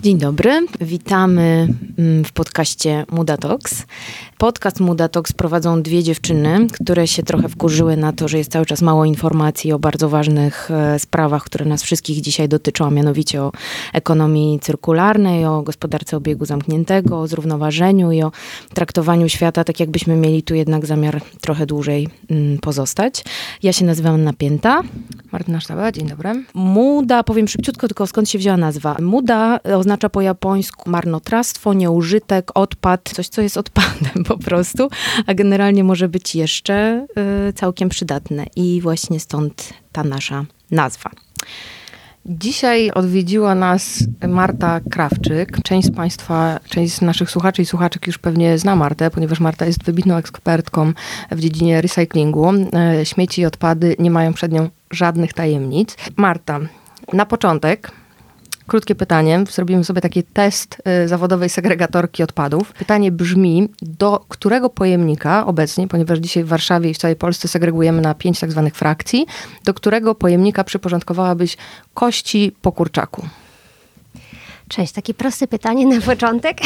Dzień dobry, witamy w podcaście Muda Talks. Podcast Muda Talks prowadzą dwie dziewczyny, które się trochę wkurzyły na to, że jest cały czas mało informacji o bardzo ważnych sprawach, które nas wszystkich dzisiaj dotyczą, a mianowicie o ekonomii cyrkularnej, o gospodarce obiegu zamkniętego, o zrównoważeniu i o traktowaniu świata, tak jakbyśmy mieli tu jednak zamiar trochę dłużej pozostać. Ja się nazywam Anna Pięta. Martyna Sztaba, dzień dobry. Muda, powiem szybciutko, tylko skąd się wzięła nazwa. Muda oznacza po japońsku marnotrawstwo, nieużytek, odpad, coś, co jest odpadem po prostu, a generalnie może być jeszcze całkiem przydatne. I właśnie stąd ta nasza nazwa. Dzisiaj odwiedziła nas Marta Krawczyk. Część z Państwa, część z naszych słuchaczy i słuchaczek już pewnie zna Martę, ponieważ Marta jest wybitną ekspertką w dziedzinie recyklingu. Śmieci i odpady nie mają przed nią żadnych tajemnic. Marta, na początek krótkie pytanie. Zrobimy sobie taki test zawodowej segregatorki odpadów. Pytanie brzmi, do którego pojemnika obecnie, ponieważ dzisiaj w Warszawie i w całej Polsce segregujemy na 5 tak zwanych frakcji, do którego pojemnika przyporządkowałabyś kości po kurczaku? Cześć, takie proste pytanie na początek.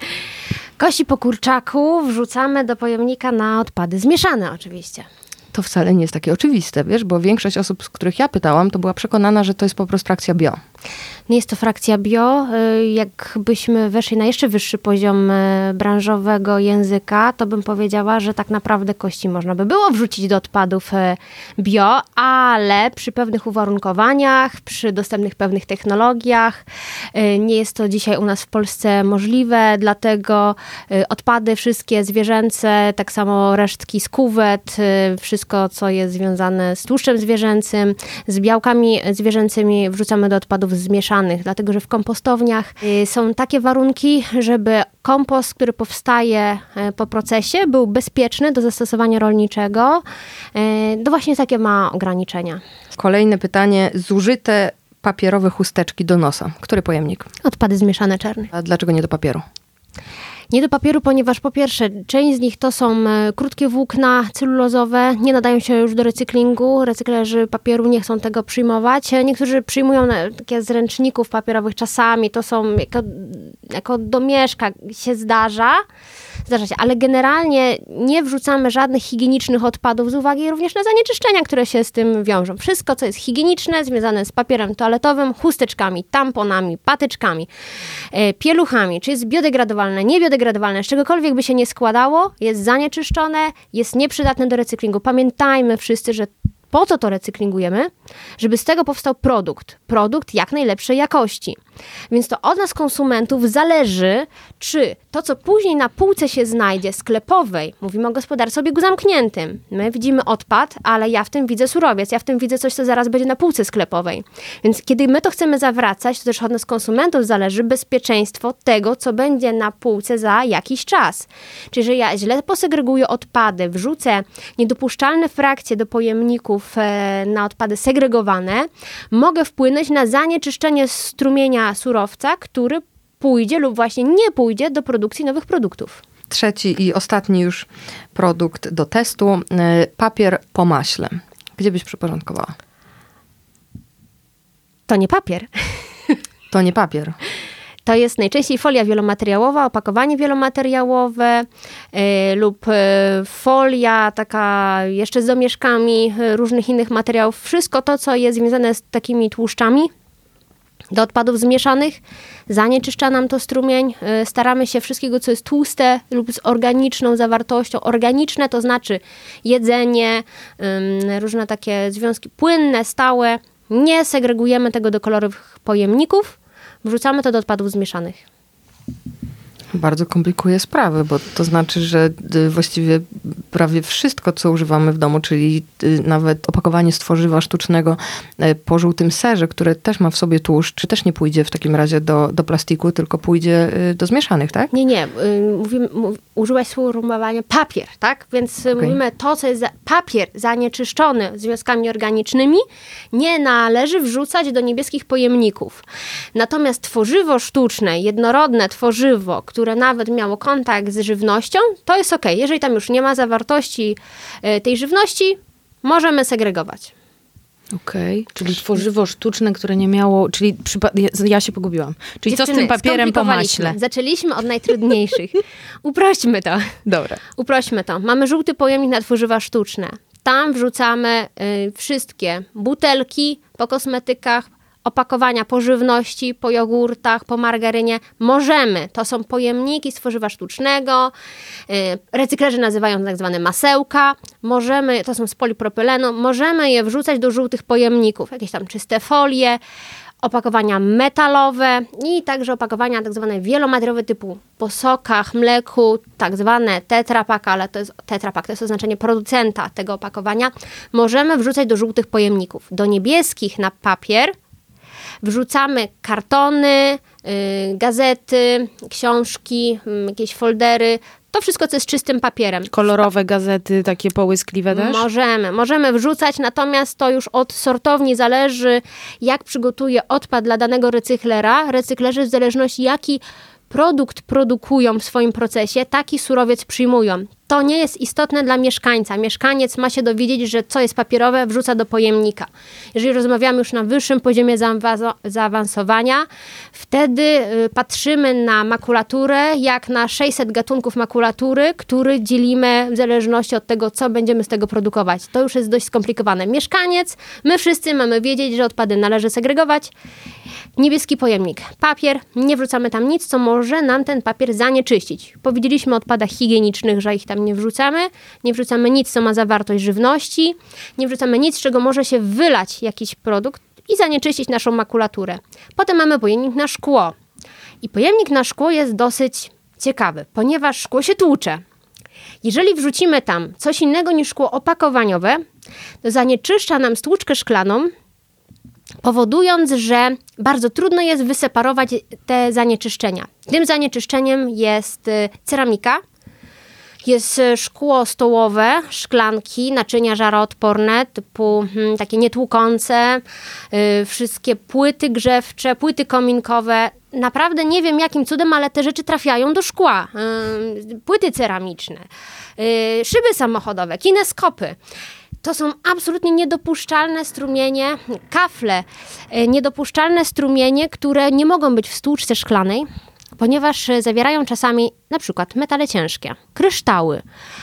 Kości po kurczaku wrzucamy do pojemnika na odpady zmieszane oczywiście. To wcale nie jest takie oczywiste, wiesz, bo większość osób, z których ja pytałam, to była przekonana, że to jest po prostu frakcja bio. Nie jest to frakcja bio. Jakbyśmy weszli na jeszcze wyższy poziom branżowego języka, to bym powiedziała, że tak naprawdę kości można by było wrzucić do odpadów bio, ale przy pewnych uwarunkowaniach, przy dostępnych pewnych technologiach. Nie jest to dzisiaj u nas w Polsce możliwe, dlatego odpady wszystkie zwierzęce, tak samo resztki z kuwet, wszystko co jest związane z tłuszczem zwierzęcym, z białkami zwierzęcymi wrzucamy do odpadów zmieszanych, dlatego że w kompostowniach są takie warunki, żeby kompost, który powstaje po procesie, był bezpieczny do zastosowania rolniczego. To właśnie takie ma ograniczenia. Kolejne pytanie. Zużyte papierowe chusteczki do nosa. Który pojemnik? Odpady zmieszane czarne. A dlaczego nie do papieru? Nie do papieru, ponieważ po pierwsze, część z nich to są krótkie włókna celulozowe, nie nadają się już do recyklingu. Recyklerzy papieru nie chcą tego przyjmować. Niektórzy przyjmują takie z ręczników papierowych czasami, to są jako domieszka się zdarza się, ale generalnie nie wrzucamy żadnych higienicznych odpadów z uwagi również na zanieczyszczenia, które się z tym wiążą. Wszystko, co jest higieniczne, związane z papierem toaletowym, chusteczkami, tamponami, patyczkami, pieluchami, czy jest biodegradowalne, niebiodegradowane, z czegokolwiek by się nie składało, jest zanieczyszczone, jest nieprzydatne do recyklingu. Pamiętajmy wszyscy, że po co to recyklingujemy? Żeby z tego powstał produkt jak najlepszej jakości. Więc to od nas konsumentów zależy, czy to, co później na półce się znajdzie sklepowej, mówimy o gospodarce obiegu zamkniętym, my widzimy odpad, ale ja w tym widzę surowiec, ja w tym widzę coś, co zaraz będzie na półce sklepowej. Więc kiedy my to chcemy zawracać, to też od nas konsumentów zależy bezpieczeństwo tego, co będzie na półce za jakiś czas. Czyli że ja źle posegreguję odpady, wrzucę niedopuszczalne frakcje do pojemników na odpady segregowane, mogę wpłynąć na zanieczyszczenie strumienia surowca, który pójdzie lub właśnie nie pójdzie do produkcji nowych produktów. Trzeci i ostatni już produkt do testu. Papier po maśle. Gdzie byś przyporządkowała? To nie papier. To nie papier. To jest najczęściej folia wielomateriałowa, opakowanie wielomateriałowe lub folia taka jeszcze z domieszkami różnych innych materiałów. Wszystko to, co jest związane z takimi tłuszczami do odpadów zmieszanych. Zanieczyszcza nam to strumień. Staramy się wszystkiego, co jest tłuste lub z organiczną zawartością. Organiczne to znaczy jedzenie, różne takie związki płynne, stałe. Nie segregujemy tego do kolorowych pojemników. Wrzucamy to do odpadów zmieszanych. Bardzo komplikuje sprawy, bo to znaczy, że właściwie prawie wszystko, co używamy w domu, czyli nawet opakowanie z tworzywa sztucznego po żółtym serze, które też ma w sobie tłuszcz, czy też nie pójdzie w takim razie do plastiku, tylko pójdzie do zmieszanych, tak? Nie. Użyłaś sformułowania papier, tak? Więc mówimy to, co jest papier zanieczyszczony związkami organicznymi, nie należy wrzucać do niebieskich pojemników. Natomiast tworzywo sztuczne, jednorodne tworzywo, które nawet miało kontakt z żywnością, to jest okej. Jeżeli tam już nie ma zawartości tej żywności, możemy segregować. Okej, czyli tworzywo sztuczne, które nie miało, czyli ja się pogubiłam. Czyli Dziewczyny, co z tym papierem po skomplikowaliśmy. maśle? Zaczęliśmy od najtrudniejszych. Uprośćmy to. Dobra. Uprośćmy to. Mamy żółty pojemnik na tworzywa sztuczne. Tam wrzucamy wszystkie butelki po kosmetykach, opakowania po żywności, po jogurtach, po margarynie. Możemy. To są pojemniki z tworzywa sztucznego. Recyklerzy nazywają tak zwane masełka. Możemy, to są z polipropylenu. Możemy je wrzucać do żółtych pojemników. Jakieś tam czyste folie, opakowania metalowe i także opakowania tak zwane wielomateriałowe typu po sokach, mleku, tak zwane Tetra Pak, ale to jest Tetra Pak, to jest oznaczenie producenta tego opakowania. Możemy wrzucać do żółtych pojemników. Do niebieskich na papier wrzucamy kartony, gazety, książki, jakieś foldery. To wszystko, co jest czystym papierem. Kolorowe gazety, takie połyskliwe też? Możemy wrzucać, natomiast to już od sortowni zależy, jak przygotuje odpad dla danego recyklera. Recyklerzy w zależności jaki produkt produkują w swoim procesie, taki surowiec przyjmują. To nie jest istotne dla mieszkańca. Mieszkaniec ma się dowiedzieć, że co jest papierowe, wrzuca do pojemnika. Jeżeli rozmawiamy już na wyższym poziomie zaawansowania, wtedy patrzymy na makulaturę, jak na 600 gatunków makulatury, który dzielimy w zależności od tego, co będziemy z tego produkować. To już jest dość skomplikowane. Mieszkaniec, my wszyscy mamy wiedzieć, że odpady należy segregować. Niebieski pojemnik. Papier, nie wrzucamy tam nic, co może nam ten papier zanieczyścić. Powiedzieliśmy o odpadach higienicznych, że ich tam nie wrzucamy. Nie wrzucamy nic, co ma zawartość żywności. Nie wrzucamy nic, z czego może się wylać jakiś produkt i zanieczyścić naszą makulaturę. Potem mamy pojemnik na szkło. I pojemnik na szkło jest dosyć ciekawy, ponieważ szkło się tłucze. Jeżeli wrzucimy tam coś innego niż szkło opakowaniowe, to zanieczyszcza nam stłuczkę szklaną, powodując, że bardzo trudno jest wyseparować te zanieczyszczenia. Tym zanieczyszczeniem jest ceramika, jest szkło stołowe, szklanki, naczynia żaroodporne, typu takie nietłukące, wszystkie płyty grzewcze, płyty kominkowe. Naprawdę nie wiem jakim cudem, ale te rzeczy trafiają do szkła. Płyty ceramiczne, szyby samochodowe, kineskopy. To są absolutnie niedopuszczalne strumienie, kafle, niedopuszczalne strumienie, które nie mogą być w stłuczce szklanej, ponieważ zawierają czasami na przykład metale ciężkie, kryształy.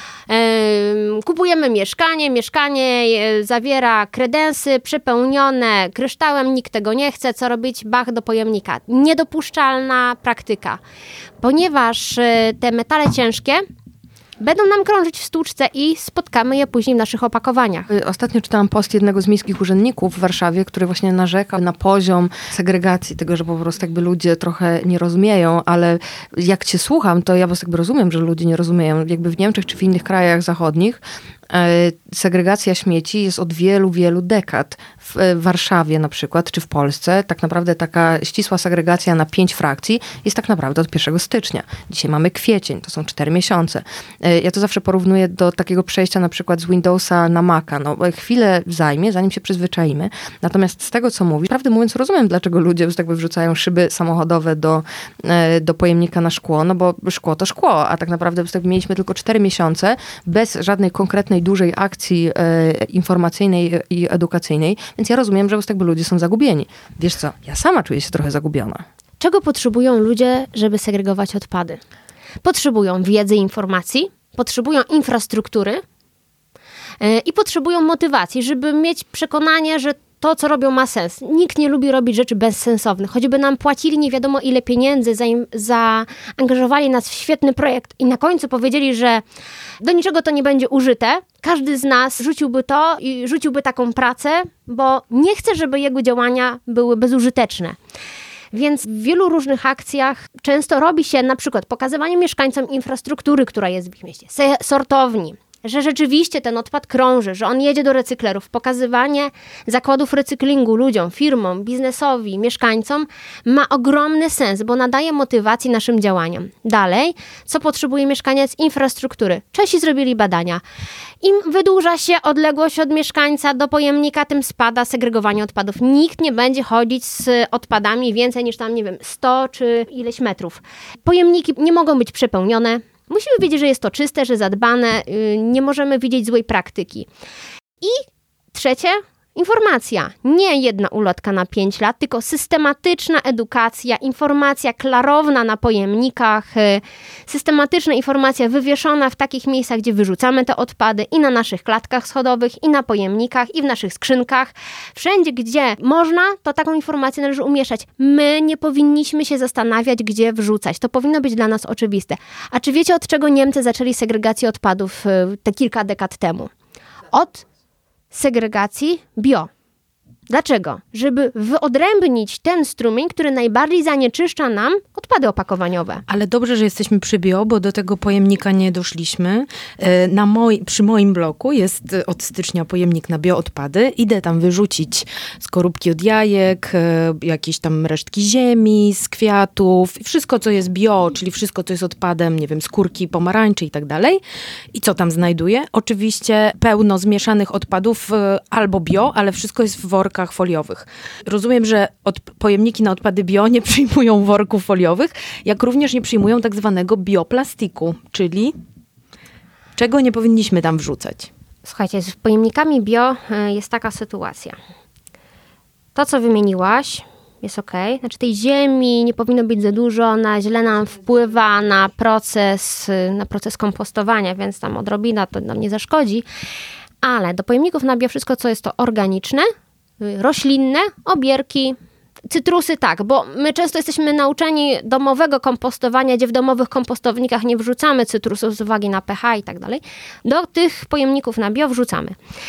Kupujemy mieszkanie zawiera kredensy przepełnione kryształem, nikt tego nie chce, co robić? Bach do pojemnika. Niedopuszczalna praktyka, ponieważ te metale ciężkie będą nam krążyć w stłuczce i spotkamy je później w naszych opakowaniach. Ostatnio czytałam post jednego z miejskich urzędników w Warszawie, który właśnie narzekał na poziom segregacji, tego, że po prostu jakby ludzie trochę nie rozumieją, ale jak cię słucham, to ja was jakby rozumiem, że ludzie nie rozumieją. Jakby w Niemczech czy w innych krajach zachodnich segregacja śmieci jest od wielu, wielu dekad. W Warszawie na przykład, czy w Polsce, tak naprawdę taka ścisła segregacja na 5 frakcji jest tak naprawdę od 1 stycznia. Dzisiaj mamy kwiecień, to są 4 miesiące. Ja to zawsze porównuję do takiego przejścia na przykład z Windowsa na Maca. No, chwilę zajmie, zanim się przyzwyczaimy. Natomiast z tego, co mówi, prawdę mówiąc, rozumiem, dlaczego ludzie tak by wrzucają szyby samochodowe do pojemnika na szkło, no bo szkło to szkło, a tak naprawdę mieliśmy tylko 4 miesiące bez żadnej konkretnej, dużej akcji informacyjnej i edukacyjnej, więc ja rozumiem, że ludzie są zagubieni. Wiesz co, ja sama czuję się trochę zagubiona. Czego potrzebują ludzie, żeby segregować odpady? Potrzebują wiedzy i informacji, potrzebują infrastruktury i potrzebują motywacji, żeby mieć przekonanie, że to, co robią, ma sens. Nikt nie lubi robić rzeczy bezsensownych. Choćby nam płacili nie wiadomo ile pieniędzy, zaangażowali nas w świetny projekt i na końcu powiedzieli, że do niczego to nie będzie użyte, każdy z nas rzuciłby to i rzuciłby taką pracę, bo nie chce, żeby jego działania były bezużyteczne. Więc w wielu różnych akcjach często robi się na przykład pokazywanie mieszkańcom infrastruktury, która jest w ich mieście, sortowni, że rzeczywiście ten odpad krąży, że on jedzie do recyklerów. Pokazywanie zakładów recyklingu ludziom, firmom, biznesowi, mieszkańcom ma ogromny sens, bo nadaje motywacji naszym działaniom. Dalej, co potrzebuje mieszkaniec? Infrastruktury. Czesi zrobili badania. Im wydłuża się odległość od mieszkańca do pojemnika, tym spada segregowanie odpadów. Nikt nie będzie chodzić z odpadami więcej niż tam, 100 czy ileś metrów. Pojemniki nie mogą być przepełnione. Musimy wiedzieć, że jest to czyste, że zadbane, nie możemy widzieć złej praktyki. I trzecie, informacja. Nie jedna ulotka na 5 lat, tylko systematyczna edukacja, informacja klarowna na pojemnikach, systematyczna informacja wywieszona w takich miejscach, gdzie wyrzucamy te odpady i na naszych klatkach schodowych, i na pojemnikach, i w naszych skrzynkach. Wszędzie, gdzie można, to taką informację należy umieszczać. My nie powinniśmy się zastanawiać, gdzie wrzucać. To powinno być dla nas oczywiste. A czy wiecie, od czego Niemcy zaczęli segregację odpadów te kilka dekad temu? Od segregacji bio. Dlaczego? Żeby wyodrębnić ten strumień, który najbardziej zanieczyszcza nam odpady opakowaniowe. Ale dobrze, że jesteśmy przy bio, bo do tego pojemnika nie doszliśmy. Przy moim bloku jest od stycznia pojemnik na bioodpady. Idę tam wyrzucić skorupki od jajek, jakieś tam resztki ziemi, z kwiatów, wszystko co jest bio, czyli wszystko co jest odpadem, nie wiem, skórki, pomarańczy i tak dalej. I co tam znajduję? Oczywiście pełno zmieszanych odpadów albo bio, ale wszystko jest w workach foliowych. Rozumiem, że pojemniki na odpady bio nie przyjmują worków foliowych, jak również nie przyjmują tak zwanego bioplastiku, czyli czego nie powinniśmy tam wrzucać. Słuchajcie, z pojemnikami bio jest taka sytuacja. To, co wymieniłaś, jest okej. Znaczy tej ziemi nie powinno być za dużo, ona źle nam wpływa na proces kompostowania, więc tam odrobina to nam nie zaszkodzi. Ale do pojemników na bio wszystko, co jest to organiczne, roślinne, obierki, cytrusy tak, bo my często jesteśmy nauczeni domowego kompostowania, gdzie w domowych kompostownikach nie wrzucamy cytrusów z uwagi na pH i tak dalej. Do tych pojemników na bio wrzucamy.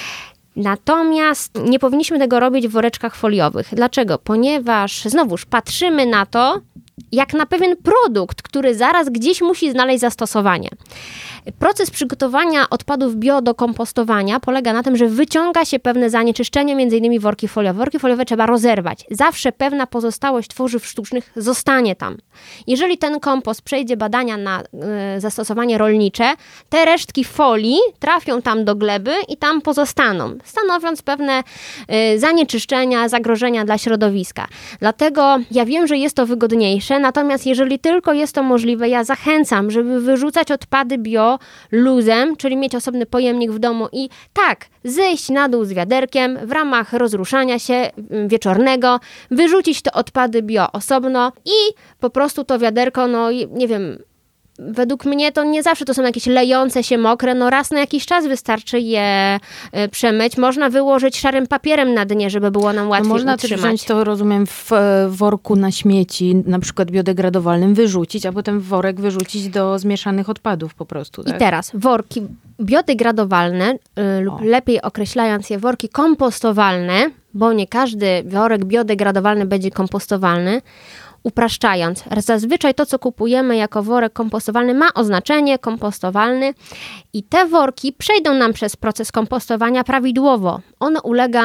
Natomiast nie powinniśmy tego robić w woreczkach foliowych. Dlaczego? Ponieważ znowuż patrzymy na to jak na pewien produkt, który zaraz gdzieś musi znaleźć zastosowanie. Proces przygotowania odpadów bio do kompostowania polega na tym, że wyciąga się pewne zanieczyszczenie, m.in. worki foliowe. Worki foliowe trzeba rozerwać. Zawsze pewna pozostałość tworzyw sztucznych zostanie tam. Jeżeli ten kompost przejdzie badania na zastosowanie rolnicze, te resztki folii trafią tam do gleby i tam pozostaną, stanowiąc pewne zanieczyszczenia, zagrożenia dla środowiska. Dlatego ja wiem, że jest to wygodniejsze, natomiast jeżeli tylko jest to możliwe, ja zachęcam, żeby wyrzucać odpady bio luzem, czyli mieć osobny pojemnik w domu i tak, zejść na dół z wiaderkiem w ramach rozruszania się wieczornego, wyrzucić te odpady bio osobno i po prostu to wiaderko, no nie wiem, według mnie to nie zawsze to są jakieś lejące się mokre, no raz na jakiś czas wystarczy je przemyć. Można wyłożyć szarym papierem na dnie, żeby było nam łatwiej można utrzymać. Można wziąć to, rozumiem, w worku na śmieci, na przykład biodegradowalnym, wyrzucić, a potem w worek wyrzucić do zmieszanych odpadów po prostu. Tak? I teraz worki biodegradowalne lub lepiej określając je worki kompostowalne, bo nie każdy worek biodegradowalny będzie kompostowalny. Upraszczając, zazwyczaj to, co kupujemy jako worek kompostowalny, ma oznaczenie kompostowalny i te worki przejdą nam przez proces kompostowania prawidłowo. One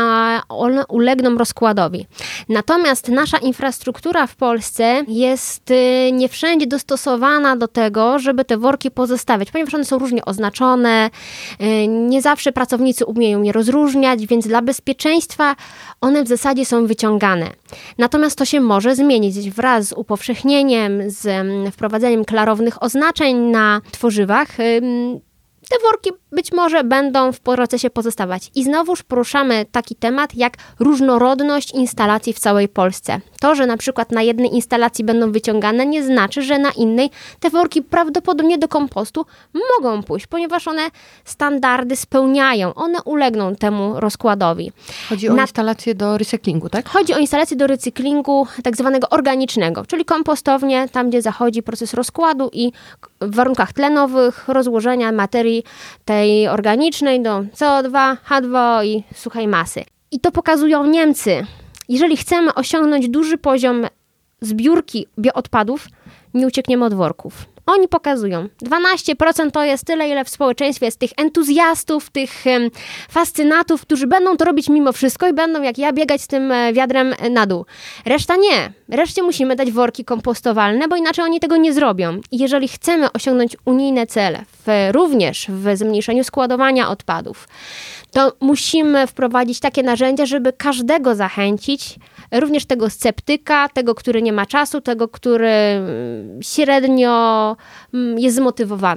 ulegną rozkładowi. Natomiast nasza infrastruktura w Polsce jest nie wszędzie dostosowana do tego, żeby te worki pozostawiać, ponieważ one są różnie oznaczone, nie zawsze pracownicy umieją je rozróżniać, więc dla bezpieczeństwa one w zasadzie są wyciągane. Natomiast to się może zmienić wraz z upowszechnieniem, z wprowadzeniem klarownych oznaczeń na tworzywach. Te worki być może będą w procesie pozostawać. I znowuż poruszamy taki temat jak różnorodność instalacji w całej Polsce. To, że na przykład na jednej instalacji będą wyciągane, nie znaczy, że na innej te worki prawdopodobnie do kompostu mogą pójść, ponieważ one standardy spełniają. One ulegną temu rozkładowi. Chodzi o instalację do recyklingu, tak? Chodzi o instalację do recyklingu tak zwanego organicznego, czyli kompostownie, tam gdzie zachodzi proces rozkładu i w warunkach tlenowych rozłożenia materii tej organicznej do CO2, H2O i suchej masy. I to pokazują Niemcy. Jeżeli chcemy osiągnąć duży poziom zbiórki bioodpadów, nie uciekniemy od worków. Oni pokazują, 12% to jest tyle, ile w społeczeństwie jest tych entuzjastów, tych fascynatów, którzy będą to robić mimo wszystko i będą jak ja biegać z tym wiadrem na dół. Reszta nie. Reszcie musimy dać worki kompostowalne, bo inaczej oni tego nie zrobią. I jeżeli chcemy osiągnąć unijne cele, również w zmniejszeniu składowania odpadów, to musimy wprowadzić takie narzędzia, żeby każdego zachęcić, również tego sceptyka, tego, który nie ma czasu, tego, który średnio jest zmotywowany.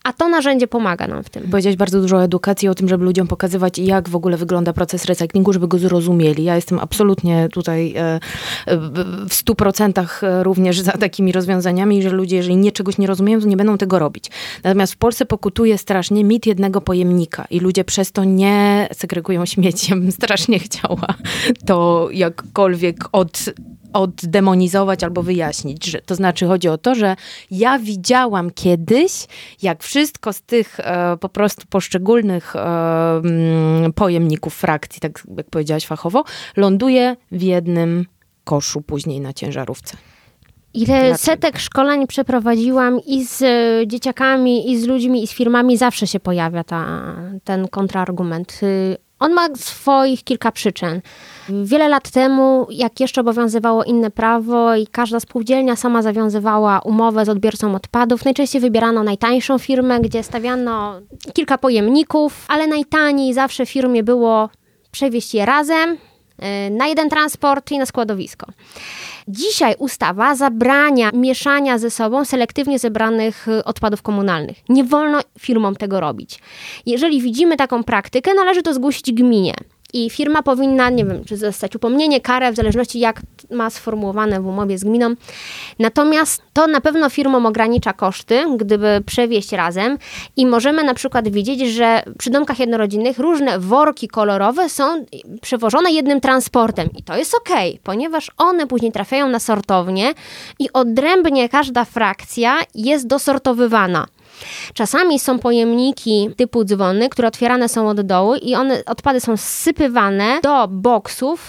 A to narzędzie pomaga nam w tym. Powiedziałeś bardzo dużo o edukacji, o tym, żeby ludziom pokazywać, jak w ogóle wygląda proces recyklingu, żeby go zrozumieli. Ja jestem absolutnie tutaj w 100% również za takimi rozwiązaniami, że ludzie, jeżeli czegoś nie rozumieją, to nie będą tego robić. Natomiast w Polsce pokutuje strasznie mit jednego pojemnika i ludzie przez to nie segregują śmieci. Ja bym strasznie chciała to jakkolwiek oddemonizować albo wyjaśnić. To znaczy chodzi o to, że ja widziałam kiedyś, jak wszystko z tych po prostu poszczególnych pojemników frakcji, tak jak powiedziałaś fachowo, ląduje w jednym koszu później na ciężarówce. Ile setek szkoleń przeprowadziłam i z dzieciakami, i z ludźmi, i z firmami, zawsze się pojawia ten kontrargument. On ma swoich kilka przyczyn. Wiele lat temu, jak jeszcze obowiązywało inne prawo i każda spółdzielnia sama zawiązywała umowę z odbiorcą odpadów, najczęściej wybierano najtańszą firmę, gdzie stawiano kilka pojemników, ale najtaniej zawsze firmie było przewieźć je razem, na jeden transport i na składowisko. Dzisiaj ustawa zabrania mieszania ze sobą selektywnie zebranych odpadów komunalnych. Nie wolno firmom tego robić. Jeżeli widzimy taką praktykę, należy to zgłosić gminie. I firma powinna, nie wiem, czy zostać upomnienie, karę, w zależności jak ma sformułowane w umowie z gminą. Natomiast to na pewno firmom ogranicza koszty, gdyby przewieźć razem. I możemy na przykład widzieć, że przy domkach jednorodzinnych różne worki kolorowe są przewożone jednym transportem. I to jest okej, ponieważ one później trafiają na sortownię i odrębnie każda frakcja jest dosortowywana. Czasami są pojemniki typu dzwony, które otwierane są od dołu i odpady są zsypywane do boksów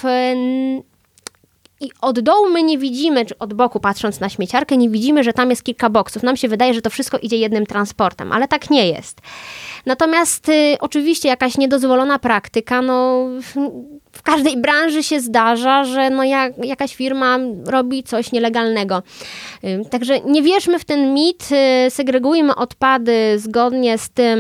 i od dołu my nie widzimy, czy od boku patrząc na śmieciarkę, nie widzimy, że tam jest kilka boksów. Nam się wydaje, że to wszystko idzie jednym transportem, ale tak nie jest. Natomiast oczywiście jakaś niedozwolona praktyka, w każdej branży się zdarza, że jakaś firma robi coś nielegalnego. Także nie wierzmy w ten mit, segregujmy odpady zgodnie z tym,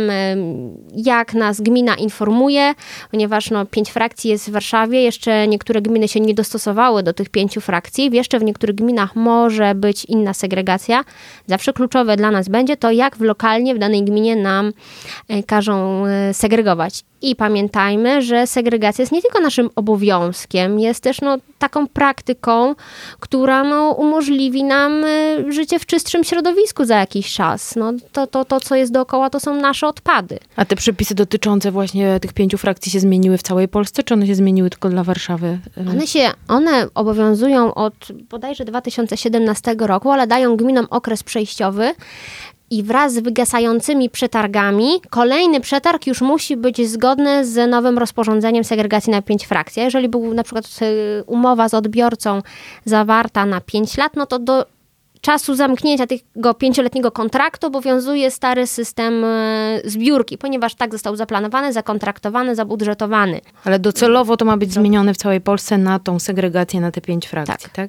jak nas gmina informuje, ponieważ 5 frakcji jest w Warszawie, jeszcze niektóre gminy się nie dostosowały do tych 5 frakcji, jeszcze w niektórych gminach może być inna segregacja. Zawsze kluczowe dla nas będzie to, jak lokalnie w danej gminie nam każą segregować. I pamiętajmy, że segregacja jest nie tylko naszym obowiązkiem, jest też taką praktyką, która umożliwi nam życie w czystszym środowisku za jakiś czas. To, co jest dookoła, to są nasze odpady. A te przepisy dotyczące właśnie tych 5 frakcji się zmieniły w całej Polsce, czy one się zmieniły tylko dla Warszawy? One obowiązują od bodajże 2017 roku, ale dają gminom okres przejściowy. I wraz z wygasającymi przetargami kolejny przetarg już musi być zgodny z nowym rozporządzeniem segregacji na 5 frakcji. Jeżeli był na przykład umowa z odbiorcą zawarta na 5 lat, to do czasu zamknięcia tego 5-letniego kontraktu obowiązuje stary system zbiórki, ponieważ tak został zaplanowany, zakontraktowany, zabudżetowany. Ale docelowo to ma być zmienione w całej Polsce na tą segregację na te 5 frakcji, tak?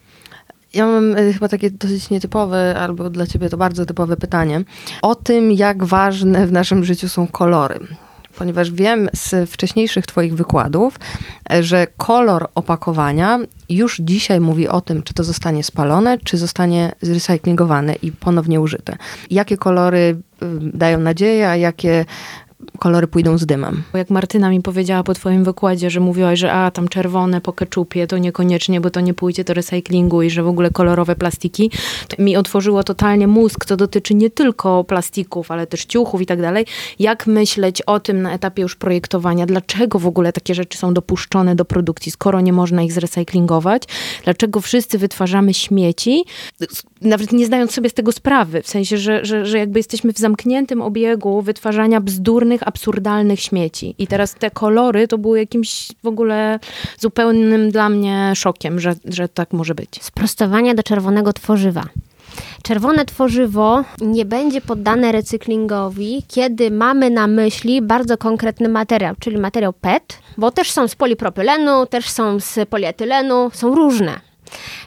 Ja mam chyba takie dosyć nietypowe, albo dla ciebie to bardzo typowe pytanie. O tym, jak ważne w naszym życiu są kolory. Ponieważ wiem z wcześniejszych twoich wykładów, że kolor opakowania już dzisiaj mówi o tym, czy to zostanie spalone, czy zostanie zrecyklingowane i ponownie użyte. Jakie kolory dają nadzieję, a jakie kolory pójdą z dymem. Jak Martyna mi powiedziała po twoim wykładzie, że mówiłaś, że tam czerwone po keczupie, to niekoniecznie, bo to nie pójdzie do recyklingu i że w ogóle kolorowe plastiki, to mi otworzyło totalnie mózg, co dotyczy nie tylko plastików, ale też ciuchów i tak dalej. Jak myśleć o tym na etapie już projektowania? Dlaczego w ogóle takie rzeczy są dopuszczone do produkcji, skoro nie można ich zrecyklingować? Dlaczego wszyscy wytwarzamy śmieci, nawet nie zdając sobie z tego sprawy? W sensie, że jakby jesteśmy w zamkniętym obiegu wytwarzania bzdurnych, absurdalnych śmieci. I teraz te kolory to były jakimś w ogóle zupełnym dla mnie szokiem, że tak może być. Sprostowania do czerwonego tworzywa. Czerwone tworzywo nie będzie poddane recyklingowi, kiedy mamy na myśli bardzo konkretny materiał, czyli materiał PET, bo też są z polipropylenu, też są z polietylenu, są różne.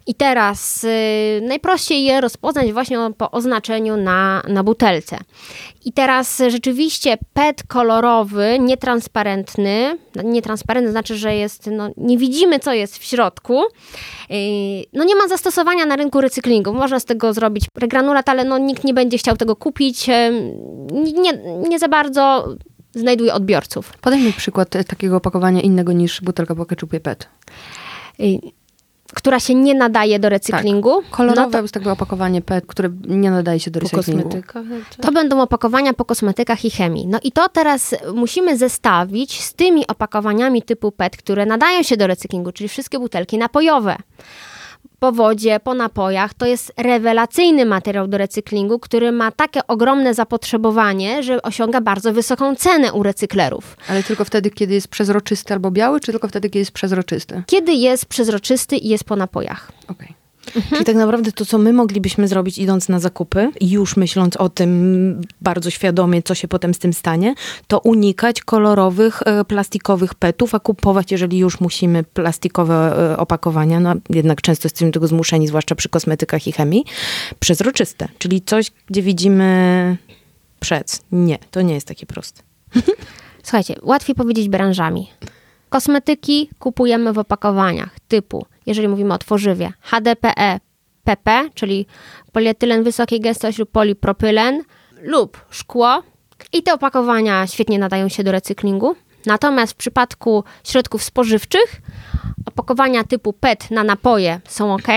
I teraz najprościej je rozpoznać właśnie po oznaczeniu na butelce. I teraz rzeczywiście PET kolorowy, nietransparentny znaczy, że jest, nie widzimy, co jest w środku. Nie ma zastosowania na rynku recyklingu. Można z tego zrobić regranulat, ale nikt nie będzie chciał tego kupić. Nie za bardzo znajduje odbiorców. Podaj mi przykład takiego opakowania innego niż butelka po ketchupie PET. Która się nie nadaje do recyklingu. Tak. Kolorowe jest takie opakowanie PET, które nie nadaje się do recyklingu. Po kosmetykach? To będą opakowania po kosmetykach i chemii. I to teraz musimy zestawić z tymi opakowaniami typu PET, które nadają się do recyklingu, czyli wszystkie butelki napojowe. Po wodzie, po napojach. To jest rewelacyjny materiał do recyklingu, który ma takie ogromne zapotrzebowanie, że osiąga bardzo wysoką cenę u recyklerów. Ale tylko wtedy, kiedy jest przezroczysty albo biały, czy tylko wtedy, kiedy jest przezroczysty? Kiedy jest przezroczysty i jest po napojach. Okej. Czyli tak naprawdę to, co my moglibyśmy zrobić idąc na zakupy, już myśląc o tym bardzo świadomie, co się potem z tym stanie, to unikać kolorowych, plastikowych petów, a kupować, jeżeli już musimy, plastikowe opakowania, jednak często jesteśmy do tego zmuszeni, zwłaszcza przy kosmetykach i chemii, przezroczyste. Czyli coś, gdzie widzimy przec. Nie, to nie jest takie proste. Słuchajcie, łatwiej powiedzieć branżami. Kosmetyki kupujemy w opakowaniach typu, jeżeli mówimy o tworzywie, HDPE, PP, czyli polietylen wysokiej gęstości lub polipropylen lub szkło. I te opakowania świetnie nadają się do recyklingu. Natomiast w przypadku środków spożywczych opakowania typu PET na napoje są ok.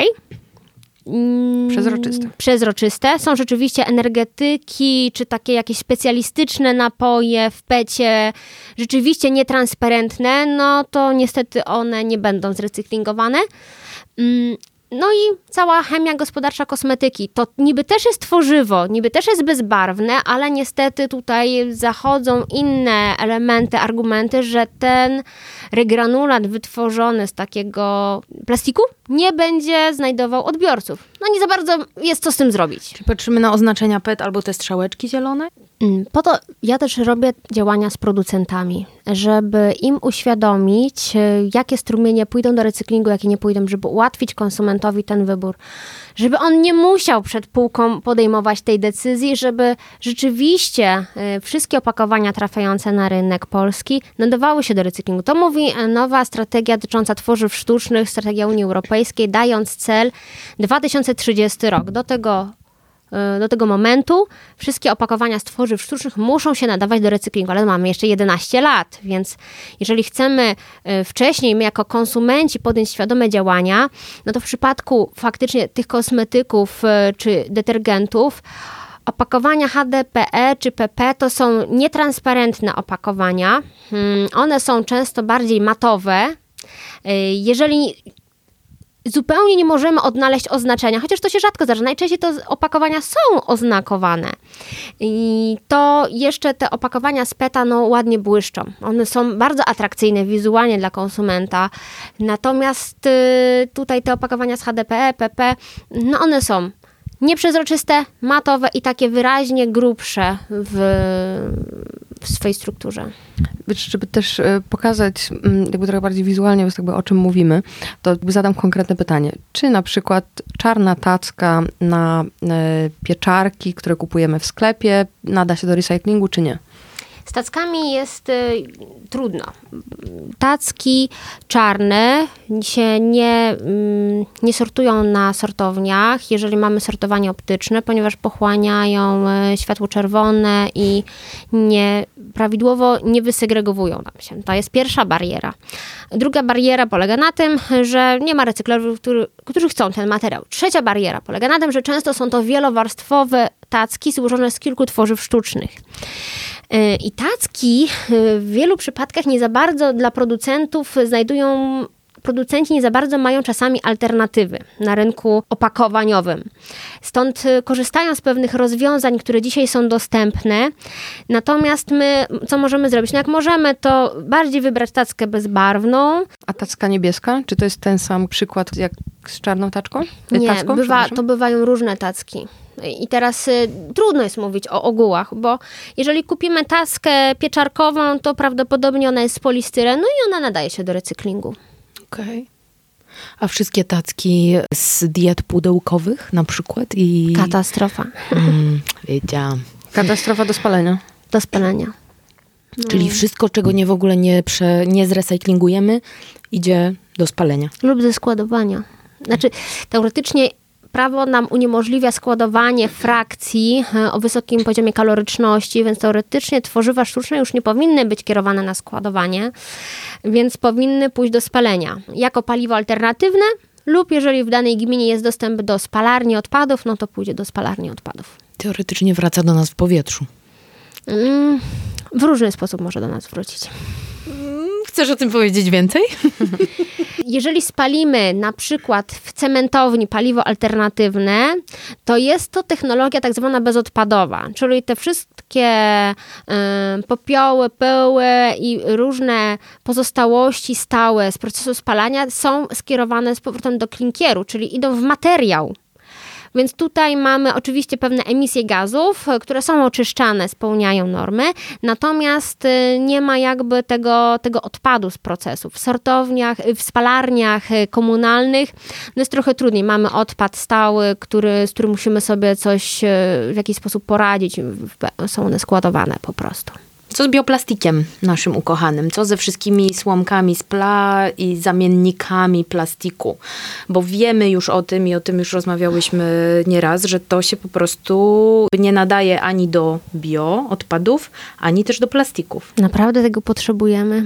Przezroczyste. Są rzeczywiście energetyki, czy takie jakieś specjalistyczne napoje w PET-cie, rzeczywiście nietransparentne, to niestety one nie będą zrecyklingowane. I cała chemia gospodarcza kosmetyki, to niby też jest tworzywo, niby też jest bezbarwne, ale niestety tutaj zachodzą inne elementy, argumenty, że ten regranulat wytworzony z takiego plastiku nie będzie znajdował odbiorców. Nie za bardzo jest co z tym zrobić. Czy patrzymy na oznaczenia PET albo te strzałeczki zielone? Po to ja też robię działania z producentami, żeby im uświadomić, jakie strumienie pójdą do recyklingu, jakie nie pójdą, żeby ułatwić konsumentowi ten wybór. Żeby on nie musiał przed półką podejmować tej decyzji, żeby rzeczywiście wszystkie opakowania trafiające na rynek polski nadawały się do recyklingu. To mówi nowa strategia dotycząca tworzyw sztucznych, strategia Unii Europejskiej, dając cel 2030 rok. Do tego momentu wszystkie opakowania z tworzyw sztucznych muszą się nadawać do recyklingu, ale mamy jeszcze 11 lat, więc jeżeli chcemy wcześniej my jako konsumenci podjąć świadome działania, to w przypadku faktycznie tych kosmetyków czy detergentów opakowania HDPE czy PP to są nietransparentne opakowania. One są często bardziej matowe. Jeżeli zupełnie nie możemy odnaleźć oznaczenia, chociaż to się rzadko zdarza. Najczęściej to opakowania są oznakowane. I to jeszcze te opakowania z PET-a ładnie błyszczą. One są bardzo atrakcyjne wizualnie dla konsumenta. Natomiast tutaj te opakowania z HDPE, PP, one są nieprzezroczyste, matowe i takie wyraźnie grubsze w swojej strukturze. Żeby też pokazać trochę bardziej wizualnie, o czym mówimy, to zadam konkretne pytanie. Czy na przykład czarna tacka na pieczarki, które kupujemy w sklepie, nada się do recyklingu, czy nie? Z tackami jest trudno. Tacki czarne się nie sortują na sortowniach, jeżeli mamy sortowanie optyczne, ponieważ pochłaniają światło czerwone i prawidłowo nie wysegregowują nam się. To jest pierwsza bariera. Druga bariera polega na tym, że nie ma recyklerów, którzy chcą ten materiał. Trzecia bariera polega na tym, że często są to wielowarstwowe tacki złożone z kilku tworzyw sztucznych. I tacki w wielu przypadkach nie za bardzo dla producenci nie za bardzo mają czasami alternatywy na rynku opakowaniowym. Stąd korzystają z pewnych rozwiązań, które dzisiaj są dostępne. Natomiast my, co możemy zrobić? Jak możemy, to bardziej wybrać tackę bezbarwną. A tacka niebieska? Czy to jest ten sam przykład jak z czarną taczką? Nie, to bywają różne tacki. I teraz trudno jest mówić o ogółach, bo jeżeli kupimy tackę pieczarkową, to prawdopodobnie ona jest z polistyrenu i ona nadaje się do recyklingu. Okej. A wszystkie tacki z diet pudełkowych na przykład? Katastrofa. Wiedziałam. Katastrofa do spalenia. Do spalenia. Czyli wszystko, czego w ogóle nie zrecyklingujemy, idzie do spalenia. Lub ze składowania. Znaczy, teoretycznie prawo nam uniemożliwia składowanie frakcji o wysokim poziomie kaloryczności, więc teoretycznie tworzywa sztuczne już nie powinny być kierowane na składowanie, więc powinny pójść do spalenia. Jako paliwo alternatywne lub jeżeli w danej gminie jest dostęp do spalarni odpadów, no to pójdzie do spalarni odpadów. Teoretycznie wraca do nas w powietrzu. W różny sposób może do nas wrócić. Chcesz o tym powiedzieć więcej? Jeżeli spalimy na przykład w cementowni paliwo alternatywne, to jest to technologia tak zwana bezodpadowa, czyli te wszystkie popioły, pyły i różne pozostałości stałe z procesu spalania są skierowane z powrotem do klinkieru, czyli idą w materiał. Więc tutaj mamy oczywiście pewne emisje gazów, które są oczyszczane, spełniają normy, natomiast nie ma jakby tego odpadu z procesu. W sortowniach, w spalarniach komunalnych no jest trochę trudniej. Mamy odpad stały, z którym musimy sobie coś w jakiś sposób poradzić. Są one składowane po prostu. Co z bioplastikiem naszym ukochanym? Co ze wszystkimi słomkami i zamiennikami plastiku? Bo wiemy już o tym i o tym już rozmawiałyśmy nieraz, że to się po prostu nie nadaje ani do bioodpadów, ani też do plastików. Naprawdę tego potrzebujemy?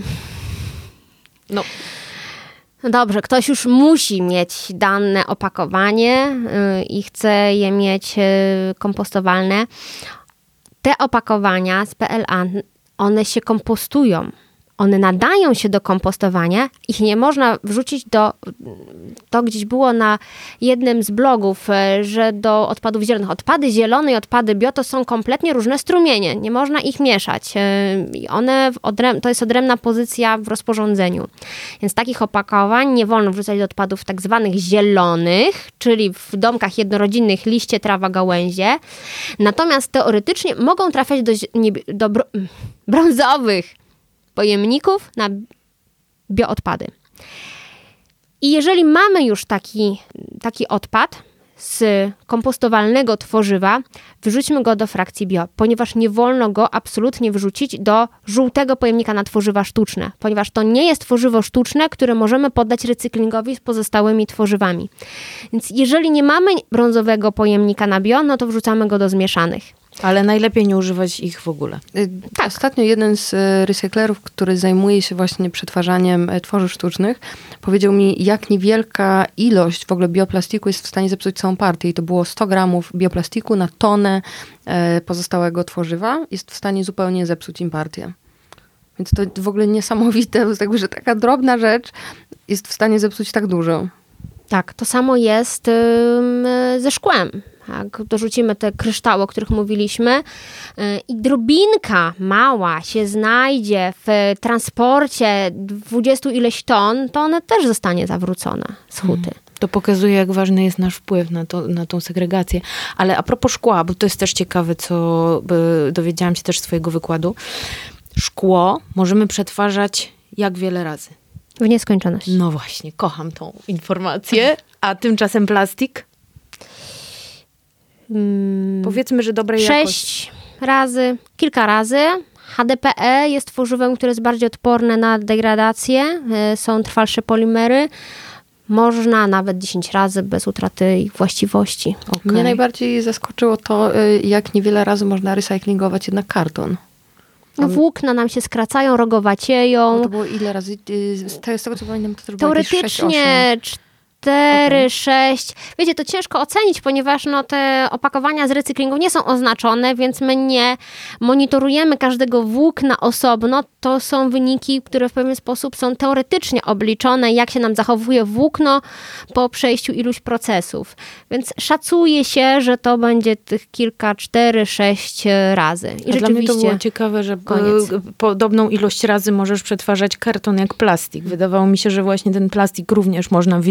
No dobrze, ktoś już musi mieć dane opakowanie i chce je mieć kompostowalne. Te opakowania z PLA, one się kompostują. One nadają się do kompostowania. Ich nie można wrzucić to gdzieś było na jednym z blogów, że do odpadów zielonych. Odpady zielone i odpady bio to są kompletnie różne strumienie. Nie można ich mieszać. To jest odrębna pozycja w rozporządzeniu. Więc takich opakowań nie wolno wrzucać do odpadów tak zwanych zielonych, czyli w domkach jednorodzinnych liście, trawa, gałęzie. Natomiast teoretycznie mogą trafiać do brązowych pojemników na bioodpady. I jeżeli mamy już taki odpad z kompostowalnego tworzywa, wyrzućmy go do frakcji bio, ponieważ nie wolno go absolutnie wrzucić do żółtego pojemnika na tworzywa sztuczne, ponieważ to nie jest tworzywo sztuczne, które możemy poddać recyklingowi z pozostałymi tworzywami. Więc jeżeli nie mamy brązowego pojemnika na bio, no to wrzucamy go do zmieszanych. Ale najlepiej nie używać ich w ogóle. Tak. Ostatnio jeden z recyklerów, który zajmuje się właśnie przetwarzaniem tworzyw sztucznych, powiedział mi, jak niewielka ilość w ogóle bioplastiku jest w stanie zepsuć całą partię. I to było 100 gramów bioplastiku na tonę pozostałego tworzywa. Jest w stanie zupełnie zepsuć im partię. Więc to w ogóle niesamowite, że taka drobna rzecz jest w stanie zepsuć tak dużo. Tak, to samo jest ze szkłem. Jak dorzucimy te kryształy, o których mówiliśmy i drobinka mała się znajdzie w transporcie 20 ileś ton, to one też zostanie zawrócone z huty. To pokazuje, jak ważny jest nasz wpływ na tą segregację. Ale a propos szkła, bo to jest też ciekawe, co dowiedziałam się też z twojego wykładu. Szkło możemy przetwarzać jak wiele razy? W nieskończoność. No właśnie, kocham tą informację. A tymczasem plastik? Powiedzmy, że dobrej jakości. 6 razy, kilka razy. HDPE jest tworzywem, które jest bardziej odporne na degradację. Są trwalsze polimery. Można nawet 10 razy bez utraty ich właściwości. Okay. Mnie najbardziej zaskoczyło to, jak niewiele razy można recyklingować jednak karton. No, włókna nam się skracają, rogowacieją. No to było ile razy? Z tego co pamiętam, to też było teoretycznie 4, 6. Wiecie, to ciężko ocenić, ponieważ te opakowania z recyklingu nie są oznaczone, więc my nie monitorujemy każdego włókna osobno. To są wyniki, które w pewien sposób są teoretycznie obliczone, jak się nam zachowuje włókno po przejściu iluś procesów. Więc szacuje się, że to będzie tych kilka, 4, 6 razy. I rzeczywiście, dla mnie to było ciekawe, że podobną ilość razy możesz przetwarzać karton jak plastik. Wydawało mi się, że właśnie ten plastik również można wielo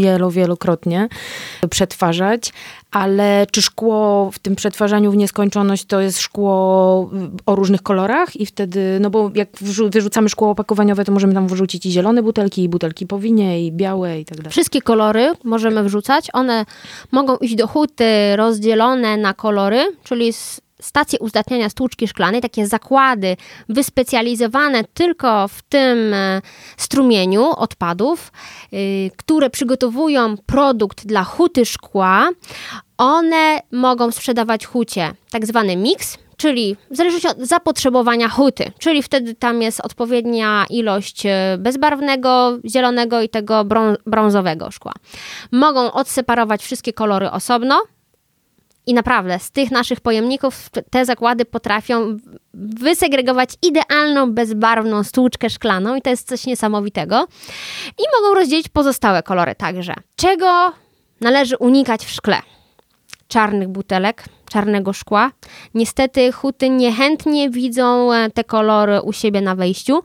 wielokrotnie przetwarzać, ale czy szkło w tym przetwarzaniu w nieskończoność to jest szkło o różnych kolorach i wtedy, no bo jak wyrzucamy szkło opakowaniowe, to możemy tam wyrzucić i zielone butelki, i butelki po winie, i białe i tak dalej. Wszystkie kolory możemy wrzucać. One mogą iść do huty rozdzielone na kolory, czyli stacje uzdatniania stłuczki szklanej, takie zakłady wyspecjalizowane tylko w tym strumieniu odpadów, które przygotowują produkt dla huty szkła. One mogą sprzedawać hucie tak zwany miks, czyli w zależności od zapotrzebowania huty, czyli wtedy tam jest odpowiednia ilość bezbarwnego, zielonego i tego brązowego szkła. Mogą odseparować wszystkie kolory osobno i naprawdę z tych naszych pojemników te zakłady potrafią wysegregować idealną, bezbarwną stłuczkę szklaną i to jest coś niesamowitego. I mogą rozdzielić pozostałe kolory także. Czego należy unikać w szkle? Czarnych butelek, czarnego szkła. Niestety huty niechętnie widzą te kolory u siebie na wejściu.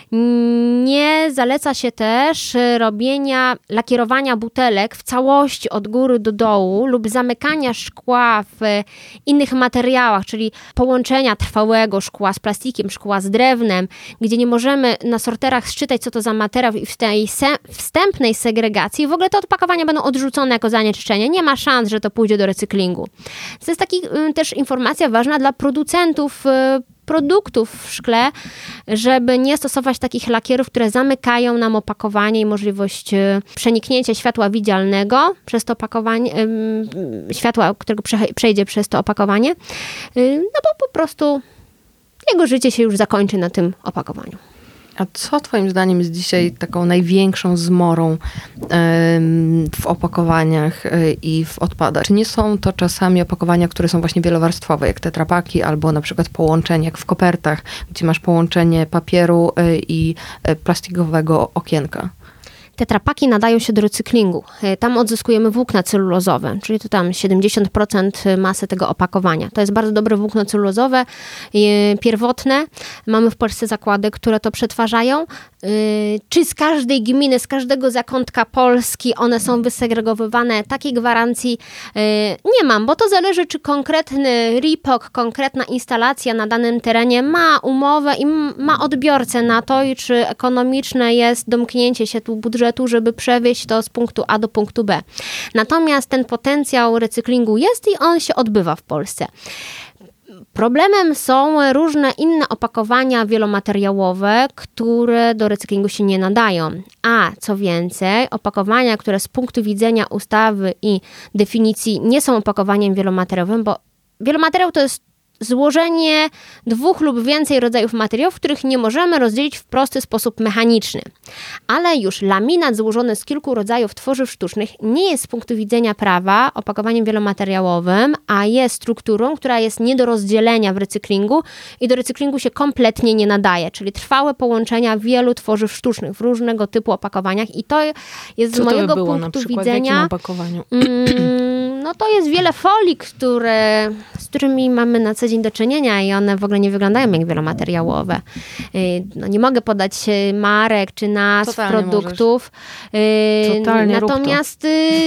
Nie zaleca się też lakierowania butelek w całości od góry do dołu lub zamykania szkła w innych materiałach, czyli połączenia trwałego szkła z plastikiem, szkła z drewnem, gdzie nie możemy na sorterach sczytać, co to za materiał i w tej wstępnej segregacji w ogóle te opakowania będą odrzucone jako zanieczyszczenie. Nie ma szans, że to pójdzie do recyklingu. To jest taki też informacja ważna dla producentów produktów w szkle, żeby nie stosować takich lakierów, które zamykają nam opakowanie i możliwość przeniknięcia światła widzialnego przez to opakowanie, światła, którego przejdzie przez to opakowanie, no bo po prostu jego życie się już zakończy na tym opakowaniu. A co twoim zdaniem jest dzisiaj taką największą zmorą w opakowaniach i w odpadach? Czy nie są to czasami opakowania, które są właśnie wielowarstwowe, jak tetrapaki, albo na przykład połączenie, jak w kopertach, gdzie masz połączenie papieru i plastikowego okienka? Tetrapaki nadają się do recyklingu. Tam odzyskujemy włókna celulozowe, czyli to tam 70% masy tego opakowania. To jest bardzo dobre włókno celulozowe, pierwotne. Mamy w Polsce zakłady, które to przetwarzają. Czy z każdej gminy, z każdego zakątka Polski one są wysegregowywane? Takiej gwarancji nie mam, bo to zależy, czy konkretny RIPOK, konkretna instalacja na danym terenie ma umowę i ma odbiorcę na to i czy ekonomiczne jest domknięcie się tu budżetu, żeby przewieźć to z punktu A do punktu B. Natomiast ten potencjał recyklingu jest i on się odbywa w Polsce. Problemem są różne inne opakowania wielomateriałowe, które do recyklingu się nie nadają. A co więcej, opakowania, które z punktu widzenia ustawy i definicji nie są opakowaniem wielomateriałowym, bo wielomateriał to jest złożenie 2 lub więcej rodzajów materiałów, których nie możemy rozdzielić w prosty sposób mechaniczny. Ale już laminat złożony z kilku rodzajów tworzyw sztucznych nie jest z punktu widzenia prawa opakowaniem wielomateriałowym, a jest strukturą, która jest nie do rozdzielenia w recyklingu i do recyklingu się kompletnie nie nadaje, czyli trwałe połączenia wielu tworzyw sztucznych w różnego typu opakowaniach i to jest z mojego punktu widzenia... W jakim opakowaniu? No to jest wiele folii, z którymi mamy na co dzień do czynienia i one w ogóle nie wyglądają jak wielomateriałowe. No nie mogę podać marek czy nazw Totalnie produktów. Totalnie natomiast...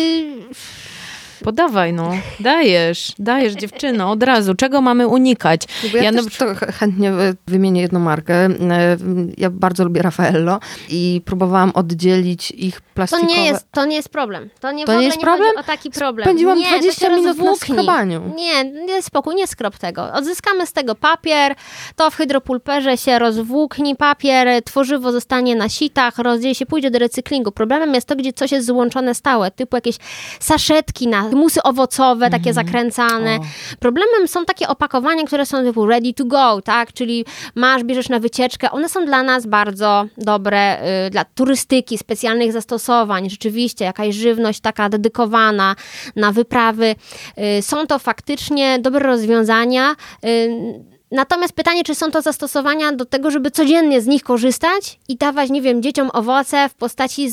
Podawaj, no. Dajesz dziewczyno, od razu. Czego mamy unikać? Ja też to chętnie wymienię jedną markę. Ja bardzo lubię Raffaello i próbowałam oddzielić ich plastikowe... To nie jest problem. To nie jest problem? chodzi o taki problem. Spędziłam nie, 20 minut na skrobaniu. Nie, spokój, nie skrob tego. Odzyskamy z tego papier, to w hydropulperze się rozwłókni papier, tworzywo zostanie na sitach, rozdzieli się, pójdzie do recyklingu. Problemem jest to, gdzie coś jest złączone stałe, typu jakieś saszetki na musy owocowe, takie zakręcane. Problemem są takie opakowania, które są typu ready to go, tak? Czyli bierzesz na wycieczkę. One są dla nas bardzo dobre, dla turystyki, specjalnych zastosowań. Rzeczywiście jakaś żywność taka dedykowana na wyprawy. Są to faktycznie dobre rozwiązania. Natomiast pytanie, czy są to zastosowania do tego, żeby codziennie z nich korzystać i dawać, nie wiem, dzieciom owoce w postaci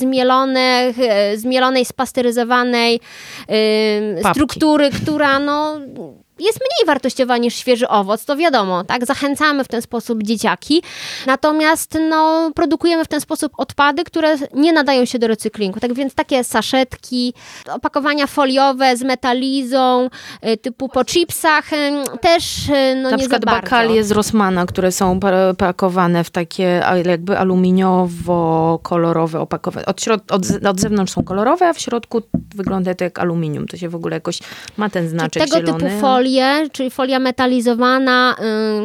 zmielonej, spasteryzowanej struktury, która jest mniej wartościowa niż świeży owoc, to wiadomo, tak? Zachęcamy w ten sposób dzieciaki, natomiast produkujemy w ten sposób odpady, które nie nadają się do recyklingu. Tak więc takie saszetki, opakowania foliowe z metalizą, typu po chipsach, też na przykład bakalie z Rossmana, które są pakowane w takie jakby aluminiowo-kolorowe opakowania. Od zewnątrz są kolorowe, a w środku wygląda to jak aluminium. To się w ogóle jakoś ma ten znaczek zielony. Tego typu folię, czyli folia metalizowana,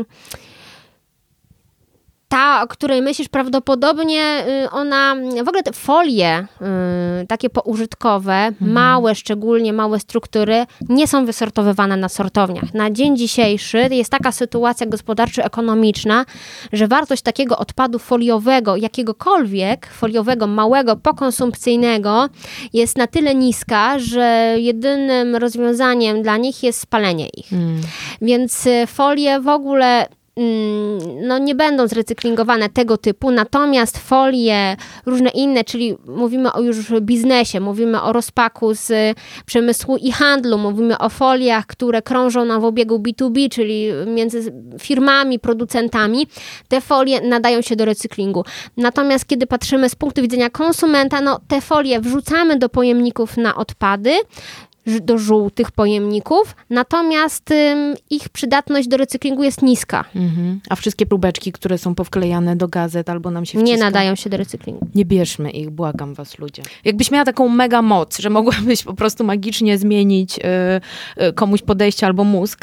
ta, o której myślisz, prawdopodobnie ona, w ogóle te folie takie poużytkowe, małe, szczególnie małe struktury, nie są wysortowywane na sortowniach. Na dzień dzisiejszy jest taka sytuacja gospodarczo-ekonomiczna, że wartość takiego odpadu foliowego, jakiegokolwiek foliowego, małego, pokonsumpcyjnego jest na tyle niska, że jedynym rozwiązaniem dla nich jest spalenie ich. Więc folie w ogóle nie będą zrecyklingowane tego typu, natomiast folie różne inne, czyli mówimy o już biznesie, mówimy o rozpaku z przemysłu i handlu, mówimy o foliach, które krążą nam w obiegu B2B, czyli między firmami, producentami, te folie nadają się do recyklingu. Natomiast kiedy patrzymy z punktu widzenia konsumenta, te folie wrzucamy do pojemników na odpady, do żółtych pojemników, natomiast ich przydatność do recyklingu jest niska. A wszystkie próbeczki, które są powklejane do gazet albo nam się wciska, nie nadają się do recyklingu. Nie bierzmy ich, błagam was, ludzie. Jakbyś miała taką mega moc, że mogłabyś po prostu magicznie zmienić komuś podejście albo mózg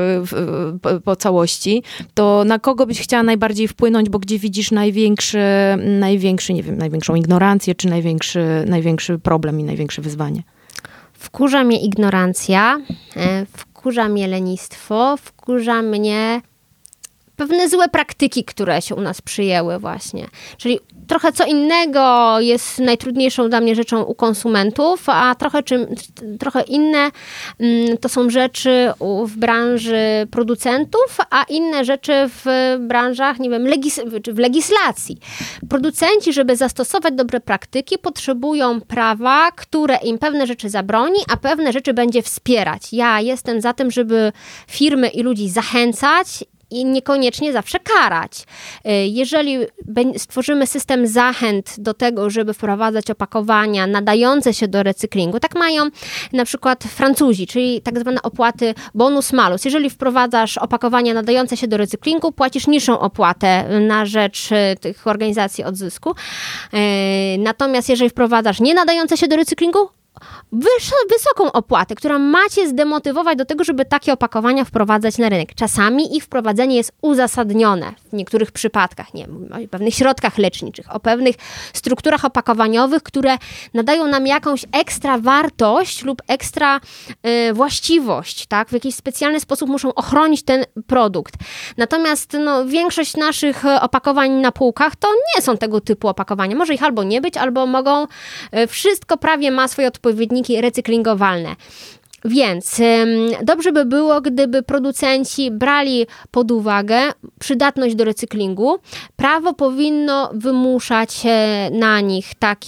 po całości, to na kogo byś chciała najbardziej wpłynąć, bo gdzie widzisz największy, nie wiem, największą ignorancję, czy największy problem i największe wyzwanie? Wkurza mnie ignorancja, wkurza mnie lenistwo, wkurza mnie pewne złe praktyki, które się u nas przyjęły właśnie. Czyli trochę co innego jest najtrudniejszą dla mnie rzeczą u konsumentów, a trochę inne to są rzeczy w branży producentów, a inne rzeczy w branżach, nie wiem, w legislacji. Producenci, żeby zastosować dobre praktyki, potrzebują prawa, które im pewne rzeczy zabroni, a pewne rzeczy będzie wspierać. Ja jestem za tym, żeby firmy i ludzi zachęcać i niekoniecznie zawsze karać. Jeżeli stworzymy system zachęt do tego, żeby wprowadzać opakowania nadające się do recyklingu, tak mają na przykład Francuzi, czyli tak zwane opłaty bonus-malus. Jeżeli wprowadzasz opakowania nadające się do recyklingu, płacisz niższą opłatę na rzecz tych organizacji odzysku. Natomiast jeżeli wprowadzasz nie nadające się do recyklingu, wysoką opłatę, która ma cię zdemotywować do tego, żeby takie opakowania wprowadzać na rynek. Czasami ich wprowadzenie jest uzasadnione w niektórych przypadkach, nie wiem, o pewnych środkach leczniczych, o pewnych strukturach opakowaniowych, które nadają nam jakąś ekstra wartość lub ekstra właściwość, tak? W jakiś specjalny sposób muszą ochronić ten produkt. Natomiast większość naszych opakowań na półkach to nie są tego typu opakowania. Może ich albo nie być, albo mogą, wszystko prawie ma swoje odpowiedniki recyklingowalne. Więc dobrze by było, gdyby producenci brali pod uwagę przydatność do recyklingu. Prawo powinno wymuszać na nich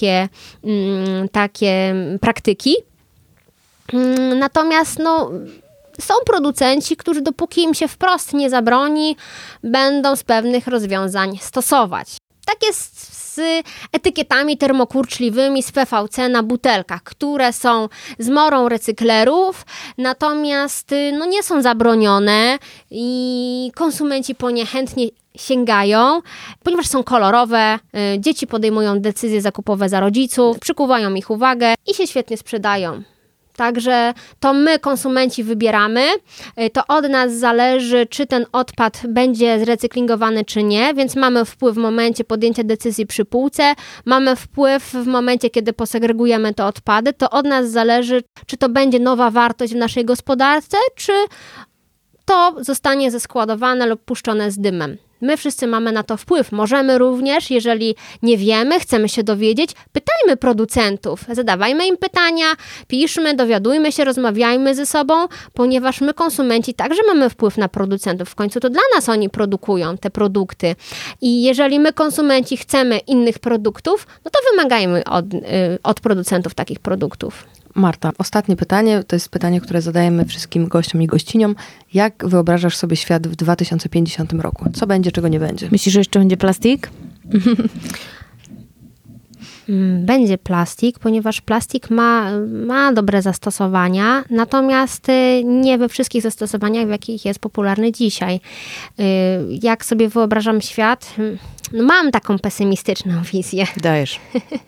takie praktyki. Natomiast są producenci, którzy dopóki im się wprost nie zabroni, będą z pewnych rozwiązań stosować. Tak jest z etykietami termokurczliwymi z PVC na butelkach, które są zmorą recyklerów, natomiast nie są zabronione i konsumenci po nie chętnie sięgają, ponieważ są kolorowe, dzieci podejmują decyzje zakupowe za rodziców, przykuwają ich uwagę i się świetnie sprzedają. Także to my, konsumenci, wybieramy. To od nas zależy, czy ten odpad będzie zrecyklingowany, czy nie, więc mamy wpływ w momencie podjęcia decyzji przy półce, mamy wpływ w momencie, kiedy posegregujemy te odpady. To od nas zależy, czy to będzie nowa wartość w naszej gospodarce, czy to zostanie zeskładowane lub puszczone z dymem. My wszyscy mamy na to wpływ. Możemy również, jeżeli nie wiemy, chcemy się dowiedzieć, pytajmy producentów, zadawajmy im pytania, piszmy, dowiadujmy się, rozmawiajmy ze sobą, ponieważ my, konsumenci, także mamy wpływ na producentów. W końcu to dla nas oni produkują te produkty. I jeżeli my, konsumenci, chcemy innych produktów, to wymagajmy od producentów takich produktów. Marta, ostatnie pytanie, to jest pytanie, które zadajemy wszystkim gościom i gościniom. Jak wyobrażasz sobie świat w 2050 roku? Co będzie, czego nie będzie? Myślisz, że jeszcze będzie plastik? Będzie plastik, ponieważ plastik ma dobre zastosowania, natomiast nie we wszystkich zastosowaniach, w jakich jest popularny dzisiaj. Jak sobie wyobrażam świat, mam taką pesymistyczną wizję. Dajesz.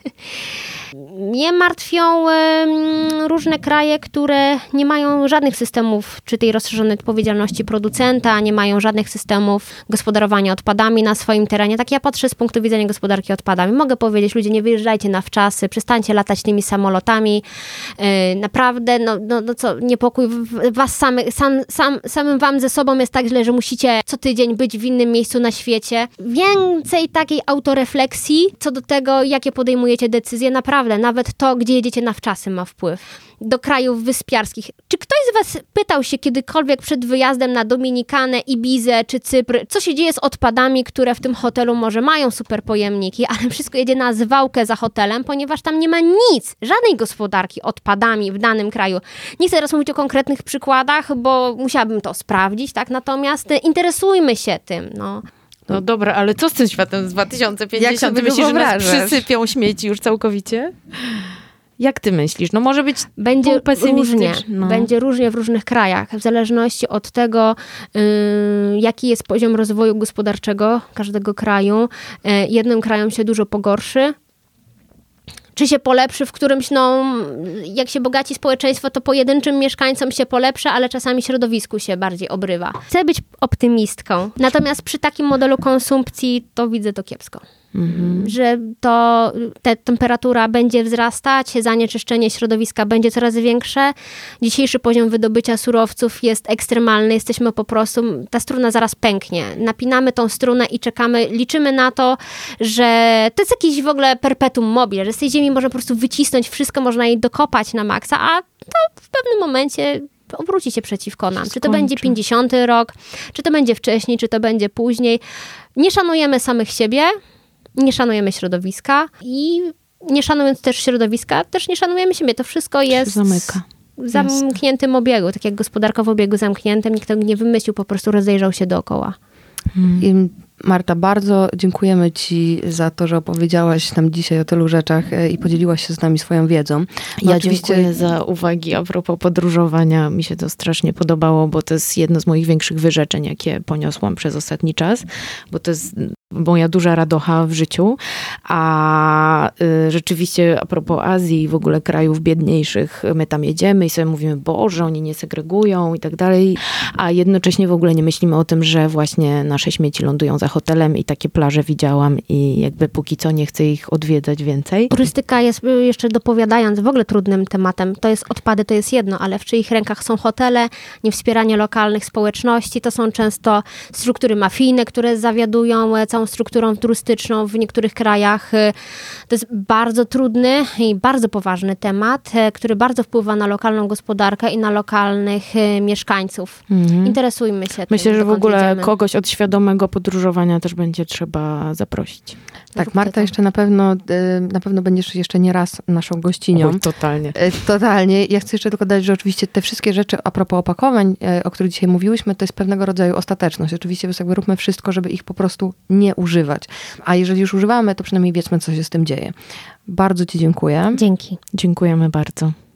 Mnie martwią różne kraje, które nie mają żadnych systemów, czy tej rozszerzonej odpowiedzialności producenta, nie mają żadnych systemów gospodarowania odpadami na swoim terenie. Tak ja patrzę z punktu widzenia gospodarki odpadami. Mogę powiedzieć, ludzie, nie wyjeżdżajcie na wczasy, przestańcie latać tymi samolotami. Naprawdę, co, niepokój was samym wam ze sobą jest tak źle, że musicie co tydzień być w innym miejscu na świecie. Więcej takiej autorefleksji co do tego, jakie podejmujecie decyzje. Naprawdę, nawet to, gdzie jedziecie na wczasy, ma wpływ. Do krajów wyspiarskich. Czy ktoś z was pytał się kiedykolwiek przed wyjazdem na Dominikanę, Ibizę czy Cypr, co się dzieje z odpadami, które w tym hotelu może mają super pojemniki, ale wszystko jedzie na zwałkę za hotelem, ponieważ tam nie ma nic, żadnej gospodarki odpadami w danym kraju. Nie chcę teraz mówić o konkretnych przykładach, bo musiałabym to sprawdzić, tak? Natomiast interesujmy się tym, No dobra, ale co z tym światem z 2050? Jak sobie Myślisz, że nas wyobrażasz? przysypią śmieci już całkowicie? Jak ty myślisz? No może być Będzie różnie. pesymistyczny. Będzie różnie w różnych krajach, w zależności od tego, jaki jest poziom rozwoju gospodarczego każdego kraju. Jednym krajom się dużo pogorszy, czy się polepszy w którymś, jak się bogaci społeczeństwo, to pojedynczym mieszkańcom się polepsza, ale czasami środowisku się bardziej obrywa. Chcę być optymistką. Natomiast przy takim modelu konsumpcji to widzę to kiepsko. Że ta temperatura będzie wzrastać, zanieczyszczenie środowiska będzie coraz większe. Dzisiejszy poziom wydobycia surowców jest ekstremalny. Jesteśmy po prostu, ta struna zaraz pęknie. Napinamy tą strunę i czekamy, liczymy na to, że to jest jakiś w ogóle perpetuum mobile, że z tej ziemi można po prostu wycisnąć wszystko, można jej dokopać na maksa, a to w pewnym momencie obróci się przeciwko nam. Czy to będzie 50 rok, czy to będzie wcześniej, czy to będzie później. Nie szanujemy samych siebie, nie szanujemy środowiska i nie szanując też środowiska, też nie szanujemy siebie. To wszystko jest zamyka. W zamkniętym obiegu, tak jak gospodarka w obiegu zamkniętym. Nikt tego nie wymyślił, po prostu rozejrzał się dookoła. I Marta, bardzo dziękujemy ci za to, że opowiedziałaś nam dzisiaj o tylu rzeczach i podzieliłaś się z nami swoją wiedzą. Ja dziękuję za uwagi a propos podróżowania. Mi się to strasznie podobało, bo to jest jedno z moich większych wyrzeczeń, jakie poniosłam przez ostatni czas, bo to jest moja duża radocha w życiu. A rzeczywiście a propos Azji i w ogóle krajów biedniejszych, my tam jedziemy i sobie mówimy, Boże, oni nie segregują i tak dalej, a jednocześnie w ogóle nie myślimy o tym, że właśnie nasze śmieci lądują za hotelem i takie plaże widziałam i jakby póki co nie chcę ich odwiedzać więcej. Turystyka jest, jeszcze dopowiadając, w ogóle trudnym tematem. To jest odpady, to jest jedno, ale w czyich rękach są hotele, niewspieranie lokalnych społeczności, to są często struktury mafijne, które zawiadują całą strukturą turystyczną w niektórych krajach. To jest bardzo trudny i bardzo poważny temat, który bardzo wpływa na lokalną gospodarkę i na lokalnych mieszkańców. Interesujmy się tym. Myślę, że w ogóle jedziemy. kogoś od świadomego podróżowania też będzie trzeba zaprosić. Tak, Marta, jeszcze na pewno będziesz jeszcze nie raz naszą gościnią. Oj, totalnie. Totalnie. Ja chcę jeszcze tylko dodać, że oczywiście te wszystkie rzeczy a propos opakowań, o których dzisiaj mówiłyśmy, to jest pewnego rodzaju ostateczność. Oczywiście jakby róbmy wszystko, żeby ich po prostu nie używać. A jeżeli już używamy, to przynajmniej wiedzmy, co się z tym dzieje. Bardzo ci dziękuję. Dzięki. Dziękujemy bardzo.